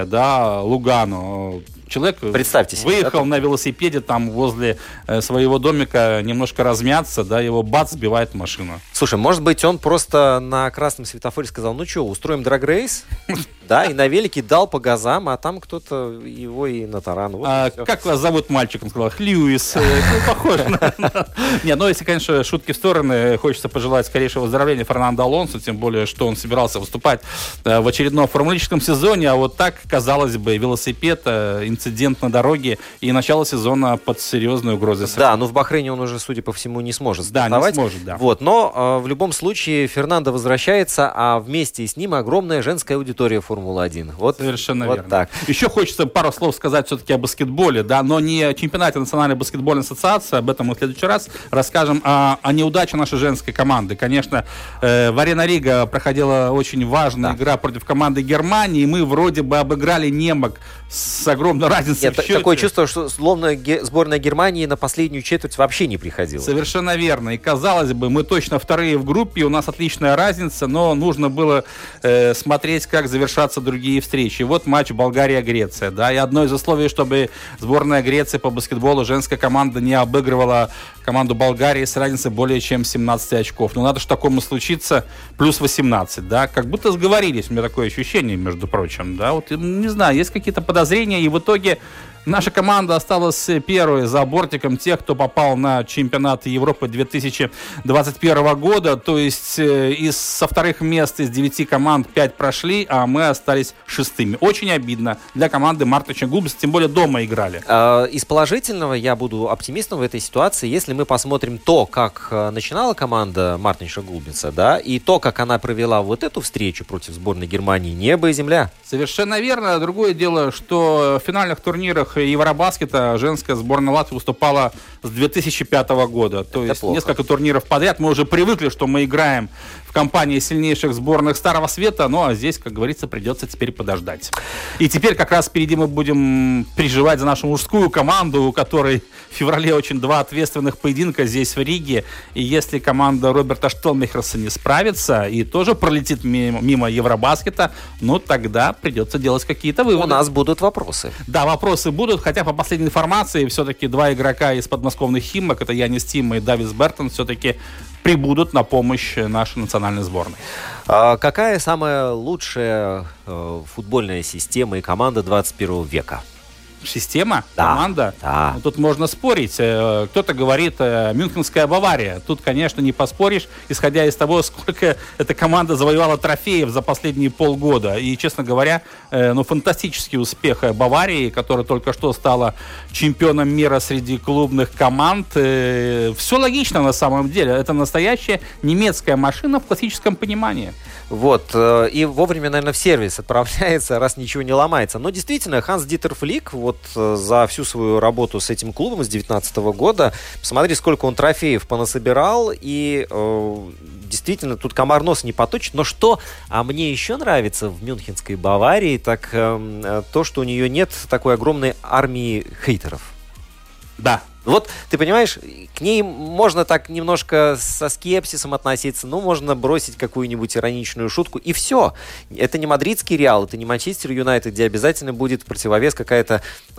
Лугану, человек выехал на велосипеде там возле своего домика немножко размяться, его бац, сбивает машину. Слушай, может быть, он просто на красном светофоре сказал, устроим драг-рейс? Да, и на велике дал по газам, а там кто-то его и на таран. Как вас зовут мальчиком? Сказал, Льюис. Похоже на... Не, если, конечно, шутки в стороны, хочется пожелать скорейшего выздоровления Фернандо Алонсо, тем более, что он собирался выступать в очередном формулическом сезоне, а вот так, казалось бы, велосипед, инцидент на дороге и начало сезона под серьезной угрозой. Да, но в Бахрейне он уже, судя по всему, не сможет стартовать. Да, не сможет, да. Но в любом случае Фернандо возвращается, а вместе с ним огромная женская аудитория Формулы-1. Совершенно верно. Так. Еще хочется пару слов сказать все-таки о баскетболе, но не о чемпионате Национальной баскетбольной ассоциации, об этом мы в следующий раз расскажем, о неудаче нашей женской команды. Конечно, в Арена-Рига проходила очень важная игра против команды Германии, и мы вроде бы обыграли немок с огромной разницей в счете. Такое чувство, что словно сборная Германии на последнюю четверть вообще не приходила. Совершенно верно. И казалось бы, мы точно вторые в группе, у нас отличная разница, но нужно было смотреть, как завершатся другие встречи. Вот матч Болгария-Греция. И одно из условий, чтобы сборная Греции по баскетболу, женская команда, не обыгрывала команду Болгарии с разницей более чем 17 очков. Надо же такому случиться, плюс 18. Как будто сговорились, у меня такое ощущение, между прочим. Не знаю, есть какие-то подозрения, и в итоге наша команда осталась первой за бортиком тех, кто попал на чемпионат Европы 2021 года. То есть со вторых мест из 9 команд 5 прошли, а мы остались шестыми. Очень обидно для команды Мартинша Гулбиса, тем более дома играли. Из положительного я буду оптимистом в этой ситуации, если мы посмотрим то, как начинала команда Мартинша Гулбиса, и то, как она провела вот эту встречу против сборной Германии. Небо и земля. Совершенно верно. Другое дело, что в финальных турнирах Евробаскета женская сборная Латвии выступала с 2005 года. То есть плохо. Несколько турниров подряд. Мы уже привыкли, что мы играем в компании сильнейших сборных Старого Света, а здесь, как говорится, придется теперь подождать. И теперь как раз впереди мы будем переживать за нашу мужскую команду, у которой в феврале очень 2 ответственных поединка здесь в Риге. И если команда Роберта Штелмехерса не справится и тоже пролетит мимо Евробаскета, тогда придется делать какие-то выводы. У нас будут вопросы. Да, вопросы будут, хотя по последней информации все-таки 2 игрока из подмосковных Химок, это Янис Тима и Давис Бертон, все-таки прибудут на помощь нашей национальной сборной. Какая самая лучшая футбольная система и команда 21 века? Система, команда. Да. Тут можно спорить. Кто-то говорит Мюнхенская Бавария. Тут, конечно, не поспоришь, исходя из того, сколько эта команда завоевала трофеев за последние полгода. И, честно говоря, фантастический успех Баварии, которая только что стала чемпионом мира среди клубных команд. Все логично на самом деле. Это настоящая немецкая машина в классическом понимании. И вовремя, наверное, в сервис отправляется, раз ничего не ломается. Но действительно, Ханс-Дитер Флик за всю свою работу с этим клубом с 2019 года, посмотри, сколько он трофеев понасобирал, и действительно, тут комар нос не поточит. Но что мне еще нравится в мюнхенской Баварии, так то, что у нее нет такой огромной армии хейтеров. Да. Ты понимаешь, к ней можно так немножко со скепсисом относиться, можно бросить какую-нибудь ироничную шутку, и все. Это не мадридский Реал, это не Манчестер Юнайтед, где обязательно будет в противовес какая-то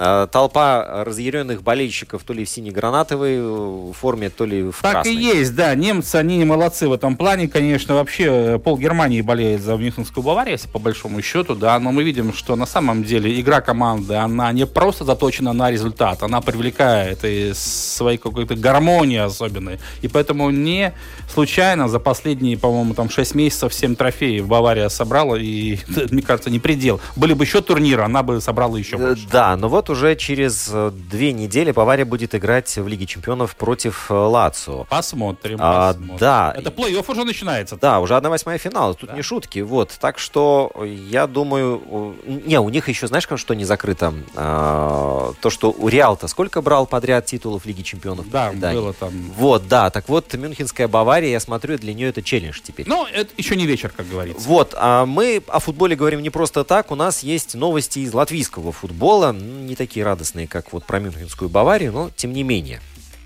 толпа разъяренных болельщиков, то ли в сине-гранатовой форме, то ли в красной. Так и есть, да. Немцы, они молодцы в этом плане. Конечно, вообще пол Германии болеет за Мюнхенскую Баварию, если по большому счету, но мы видим, что на самом деле игра команды, она не просто заточена на результат, она привлекает и своей какой-то гармонии особенной. И поэтому не случайно за последние, по-моему, там 6 месяцев 7 трофеев Бавария собрала, и, мне кажется, не предел. Были бы еще турниры, она бы собрала еще больше. Да, но вот уже через 2 недели Бавария будет играть в Лиге чемпионов против Лацио. Посмотрим. Да. Это плей-офф уже начинается. Да, уже 1/8 финала, тут не шутки. Вот, так что я думаю... у них еще, знаешь, что не закрыто? То, что у Реал-то сколько брал подряд титулов Лиги чемпионов? Да, было там. Вот, да, так вот, мюнхенская Бавария, я смотрю, для нее это челлендж теперь. Ну, это еще не вечер, как говорится. Вот, а мы о футболе говорим не просто так, у нас есть новости из латвийского футбола, не такие радостные, как вот про мюнхенскую Баварию, но тем не менее.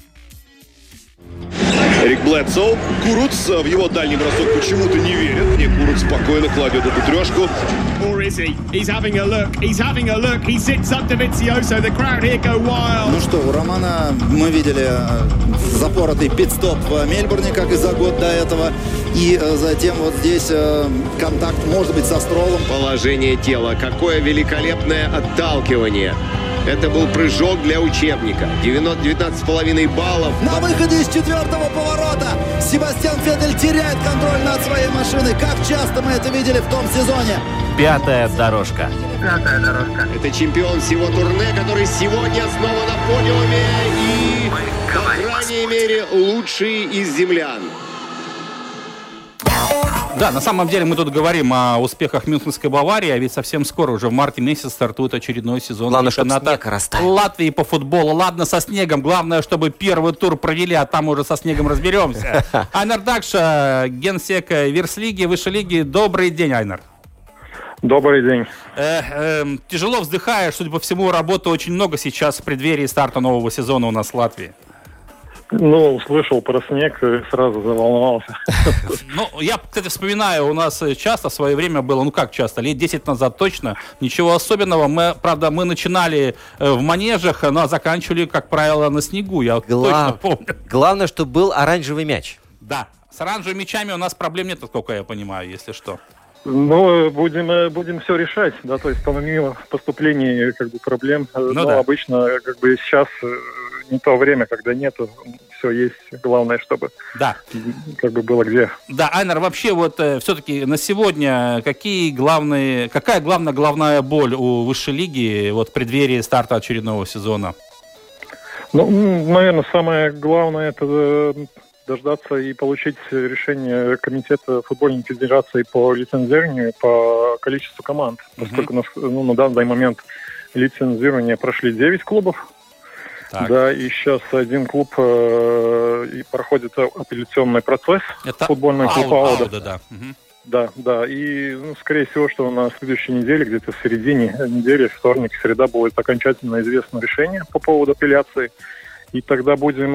Эрик Блэдсоу. Куруц в его дальний бросок почему-то не верит. И Куруц спокойно кладет эту трешку. Ну что, у Романа мы видели запоротый пит-стоп в Мельбурне, как и за год до этого. И затем вот здесь контакт, может быть, со Строллом. Положение тела. Какое великолепное отталкивание. Это был прыжок для учебника. 19,5 баллов. На выходе из 4-го поворота Себастьян Феттель теряет контроль над своей машиной. Как часто мы это видели в том сезоне. 5-я дорожка. Это чемпион всего турне, который сегодня снова на подиуме. И, по крайней мере, лучший из землян. Да, на самом деле мы тут говорим о успехах мюнхенской Баварии, а ведь совсем скоро, уже в марте месяце, стартует очередной сезон чемпионата Латвии по футболу. Ладно, со снегом, главное, чтобы первый тур провели, а там уже со снегом разберемся. Айнар Дакша, генсек Вирслиги, высшей лиги. Добрый день, Айнар. Добрый день. Тяжело вздыхаешь, судя по всему, работы очень много сейчас в преддверии старта нового сезона у нас в Латвии. Ну, услышал про снег и сразу заволновался. Ну, я, кстати, вспоминаю, у нас часто в свое время было, ну как часто, лет 10 назад точно, ничего особенного. Мы начинали в манежах, но заканчивали, как правило, на снегу, я точно помню. Главное, чтобы был оранжевый мяч. Да, с оранжевыми мячами у нас проблем нет, насколько я понимаю, если что. Ну, будем все решать, да, то есть помимо поступлений, как бы, проблем, да. Обычно, как бы, сейчас не то время, когда нету, все есть, главное, чтобы как бы было где. Да, Айнар, вообще вот все-таки на сегодня какая главная боль у высшей лиги вот в преддверии старта очередного сезона? Ну, наверное, самое главное это дождаться и получить решение комитета футбольной федерации по лицензированию по количеству команд, поскольку на данный момент лицензирование прошли 9 клубов. Так. Да, и сейчас один клуб проходит апелляционный процесс. Это футбольный клуб Ауда. Да. Да. И, скорее всего, что на следующей неделе, где-то в середине недели, вторник, среда, будет окончательно известно решение по поводу апелляции. И тогда будем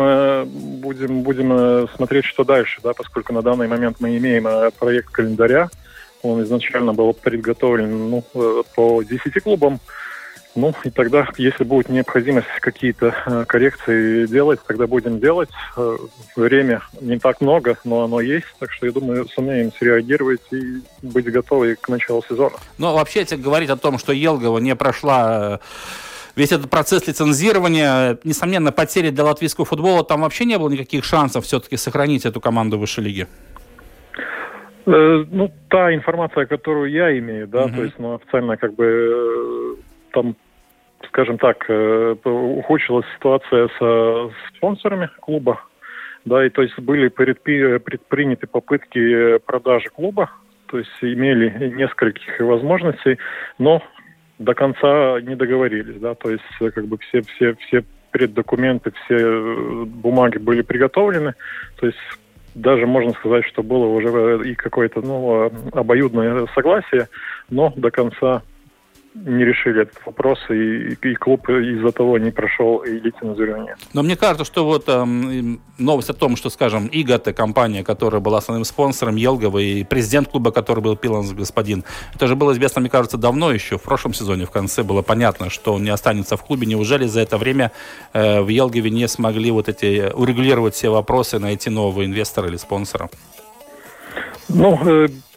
смотреть, что дальше, да, поскольку на данный момент мы имеем проект календаря. Он изначально был подготовлен по 10 клубам. Ну, и тогда, если будет необходимость какие-то коррекции делать, тогда будем делать. Время не так много, но оно есть. Так что, я думаю, сумеем среагировать и быть готовы к началу сезона. Ну, вообще, если говорить о том, что Елгова не прошла весь этот процесс лицензирования, несомненно, потери для латвийского футбола, там вообще не было никаких шансов все-таки сохранить эту команду высшей лиги? Ну, та информация, которую я имею, да, то есть, официально, как бы, там, скажем так, ухудшилась ситуация со спонсорами клуба, да, и то есть были предприняты попытки продажи клуба, то есть имели нескольких возможностей, но до конца не договорились, да, то есть как бы все преддокументы, все бумаги были приготовлены, то есть даже можно сказать, что было уже и какое-то, обоюдное согласие, но до конца не решили этот вопрос, и клуб из-за того не прошел и лицензирование. Но мне кажется, что вот новость о том, что, скажем, ИГАТ, компания, которая была основным спонсором Елгова, и президент клуба, который был Пиланс господин, это же было известно, мне кажется, давно еще, в прошлом сезоне, в конце было понятно, что он не останется в клубе. Неужели за это время в Елгове не смогли урегулировать все вопросы, найти нового инвестора или спонсора?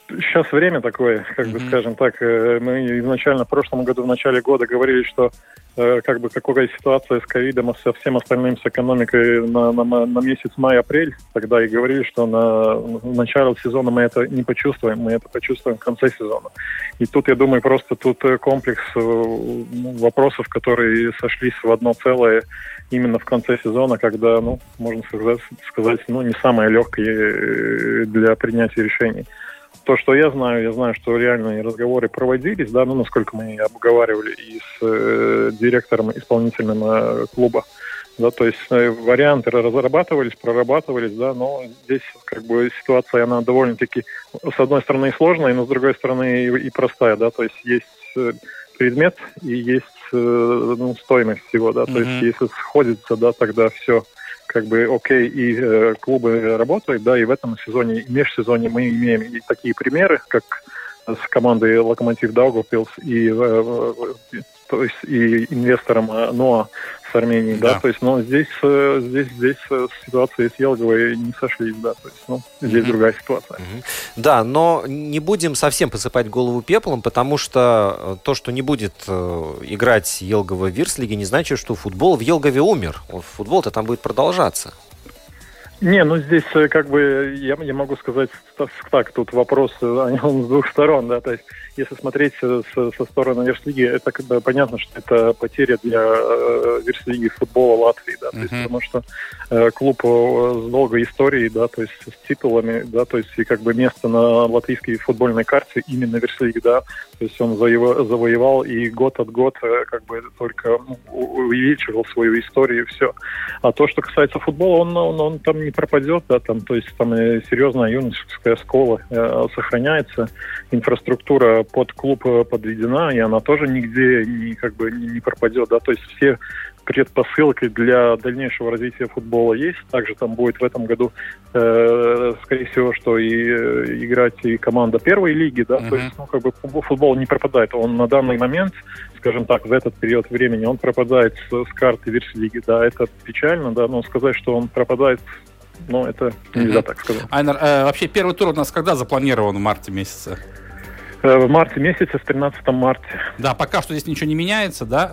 сейчас время такое, как бы, скажем так, мы изначально в прошлом году, в начале года говорили, что как бы какая ситуация с ковидом, со всем остальным, с экономикой на месяц май-апрель, тогда и говорили, что на начало сезона мы это не почувствуем, мы это почувствуем в конце сезона. И тут, я думаю, просто тут комплекс вопросов, которые сошлись в одно целое именно в конце сезона, когда, можно сказать, не самое легкое для принятия решений. То, что я знаю, что реальные разговоры проводились, да, насколько мы обговаривали и с директором исполнительным клуба, да, то есть варианты разрабатывались, прорабатывались, да, но здесь как бы ситуация, она довольно-таки, с одной стороны, сложная, но с другой стороны и простая, да, то есть есть предмет и есть стоимость всего, да, то есть если сходится, да, тогда все как бы окей, и клубы работают, да, и в этом сезоне, и межсезоне мы имеем и такие примеры, как с командой «Локомотив Даугавпилс» и то есть и инвестором НОА с Армении, да, то есть, но здесь ситуация с Елговой не сошлись, да, то есть, здесь другая ситуация. Да, но не будем совсем посыпать голову пеплом, потому что то, что не будет играть Елгова в Вирслиге, не значит, что футбол в Елгове умер. Футбол-то там будет продолжаться. Не, здесь как бы я могу сказать так, тут вопрос о нем с двух сторон, да, то есть если смотреть со стороны Вирслиги, это как бы понятно, что это потеря для Вирслиги футбола Латвии, да, то есть, потому что клуб с долгой историей, да, то есть с титулами, да, то есть и как бы место на латвийской футбольной карте именно Вирслиги, да, то есть он завоевал и год от года как бы только увеличивал свою историю и все. А то, что касается футбола, он там не пропадет, да, там, то есть там серьезная юношеская школа сохраняется, инфраструктура под клуб подведена, и она тоже нигде не пропадет, да, то есть все предпосылки для дальнейшего развития футбола есть. Также там будет в этом году, скорее всего, что и играть и команда первой лиги, да, то есть, как бы футбол не пропадает. Он на данный момент, скажем так, в этот период времени, он пропадает с карты Вирслиги, да, это печально, да, но сказать, что он пропадает, это нельзя так сказать. Айнар, вообще первый тур у нас когда запланирован в марте месяце? В марте месяце, в 13 марта. Да, пока что здесь ничего не меняется, да,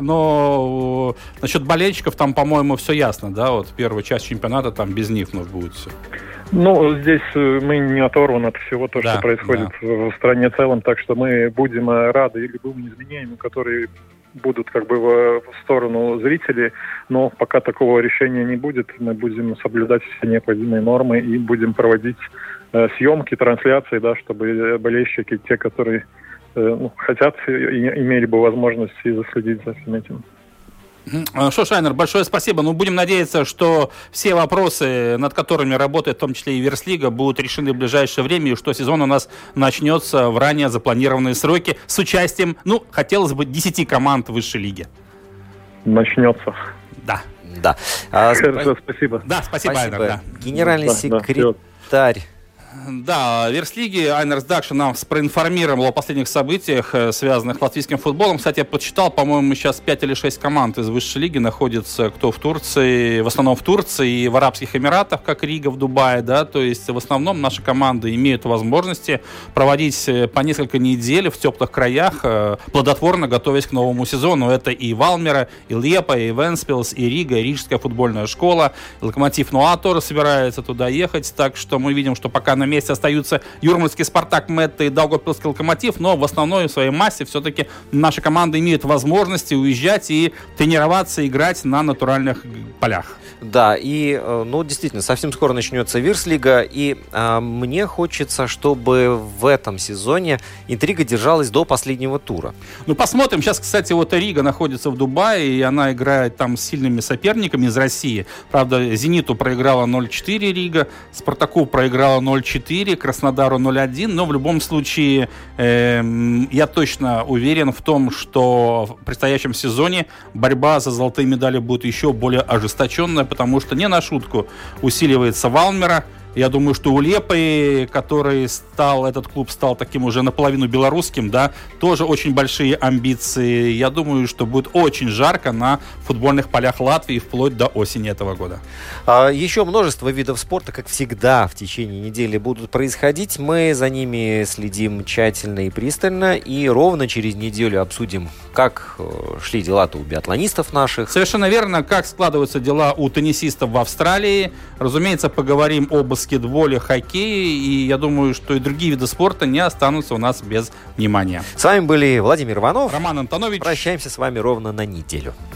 но насчет болельщиков там, по-моему, все ясно, да, вот первая часть чемпионата там без них будет все. Здесь мы не оторваны от всего того, что происходит в стране в целом, так что мы будем рады любым изменениям, которые будут как бы в сторону зрителей, но пока такого решения не будет, мы будем соблюдать все необходимые нормы и будем проводить съемки, трансляции, да, чтобы болельщики, те, которые хотят, имели бы возможность и заследить за всем этим. Что ж, Айнар, большое спасибо. Будем надеяться, что все вопросы, над которыми работает в том числе и Вирслига, будут решены в ближайшее время, и что сезон у нас начнется в ранее запланированные сроки с участием, хотелось бы, 10 команд высшей лиги. Начнется. Да. Спасибо. Да, спасибо, Айнар. Да. Генеральный секретарь. Да, Вирслиги Айнар Сдакши нам проинформировал о последних событиях, связанных с латвийским футболом. Кстати, я подсчитал, по-моему, сейчас 5 или 6 команд из высшей лиги находятся, кто в Турции, в основном в Турции и в Арабских Эмиратах, как Рига в Дубае, да, то есть в основном наши команды имеют возможности проводить по несколько недель в теплых краях, плодотворно готовясь к новому сезону. Это и Валмера, и Лепа, и Венспилс, и Рига, и Рижская футбольная школа, Локомотив НОА тоже собирается туда ехать, так что мы видим, что пока на месте остаются Юрмальский Спартак, Метта и Даугавпилский Локомотив, но в основной своей массе все-таки наши команды имеют возможности уезжать и тренироваться, играть на натуральных полях. Да, и, действительно, совсем скоро начнется Вирслига, и мне хочется, чтобы в этом сезоне интрига держалась до последнего тура. Посмотрим. Сейчас, кстати, Рига находится в Дубае, и она играет там с сильными соперниками из России. Правда, Зениту проиграла 0-4 Рига, Спартаку проиграла 0-4, Краснодару 0-1, но в любом случае я точно уверен в том, что в предстоящем сезоне борьба за золотые медали будет еще более ожесточенная, потому что не на шутку усиливается Валмера, Я думаю, что у Лепы, этот клуб стал таким уже наполовину белорусским, да, тоже очень большие амбиции. Я думаю, что будет очень жарко на футбольных полях Латвии вплоть до осени этого года. Еще множество видов спорта, как всегда, в течение недели будут происходить. Мы за ними следим тщательно и пристально. И ровно через неделю обсудим, как шли дела-то у биатлонистов наших. Совершенно верно, как складываются дела у теннисистов в Австралии. Разумеется, поговорим о баскетболе, хоккее. И я думаю, что и другие виды спорта не останутся у нас без внимания. С вами были Владимир Иванов, Роман Антонович. Прощаемся с вами ровно на неделю.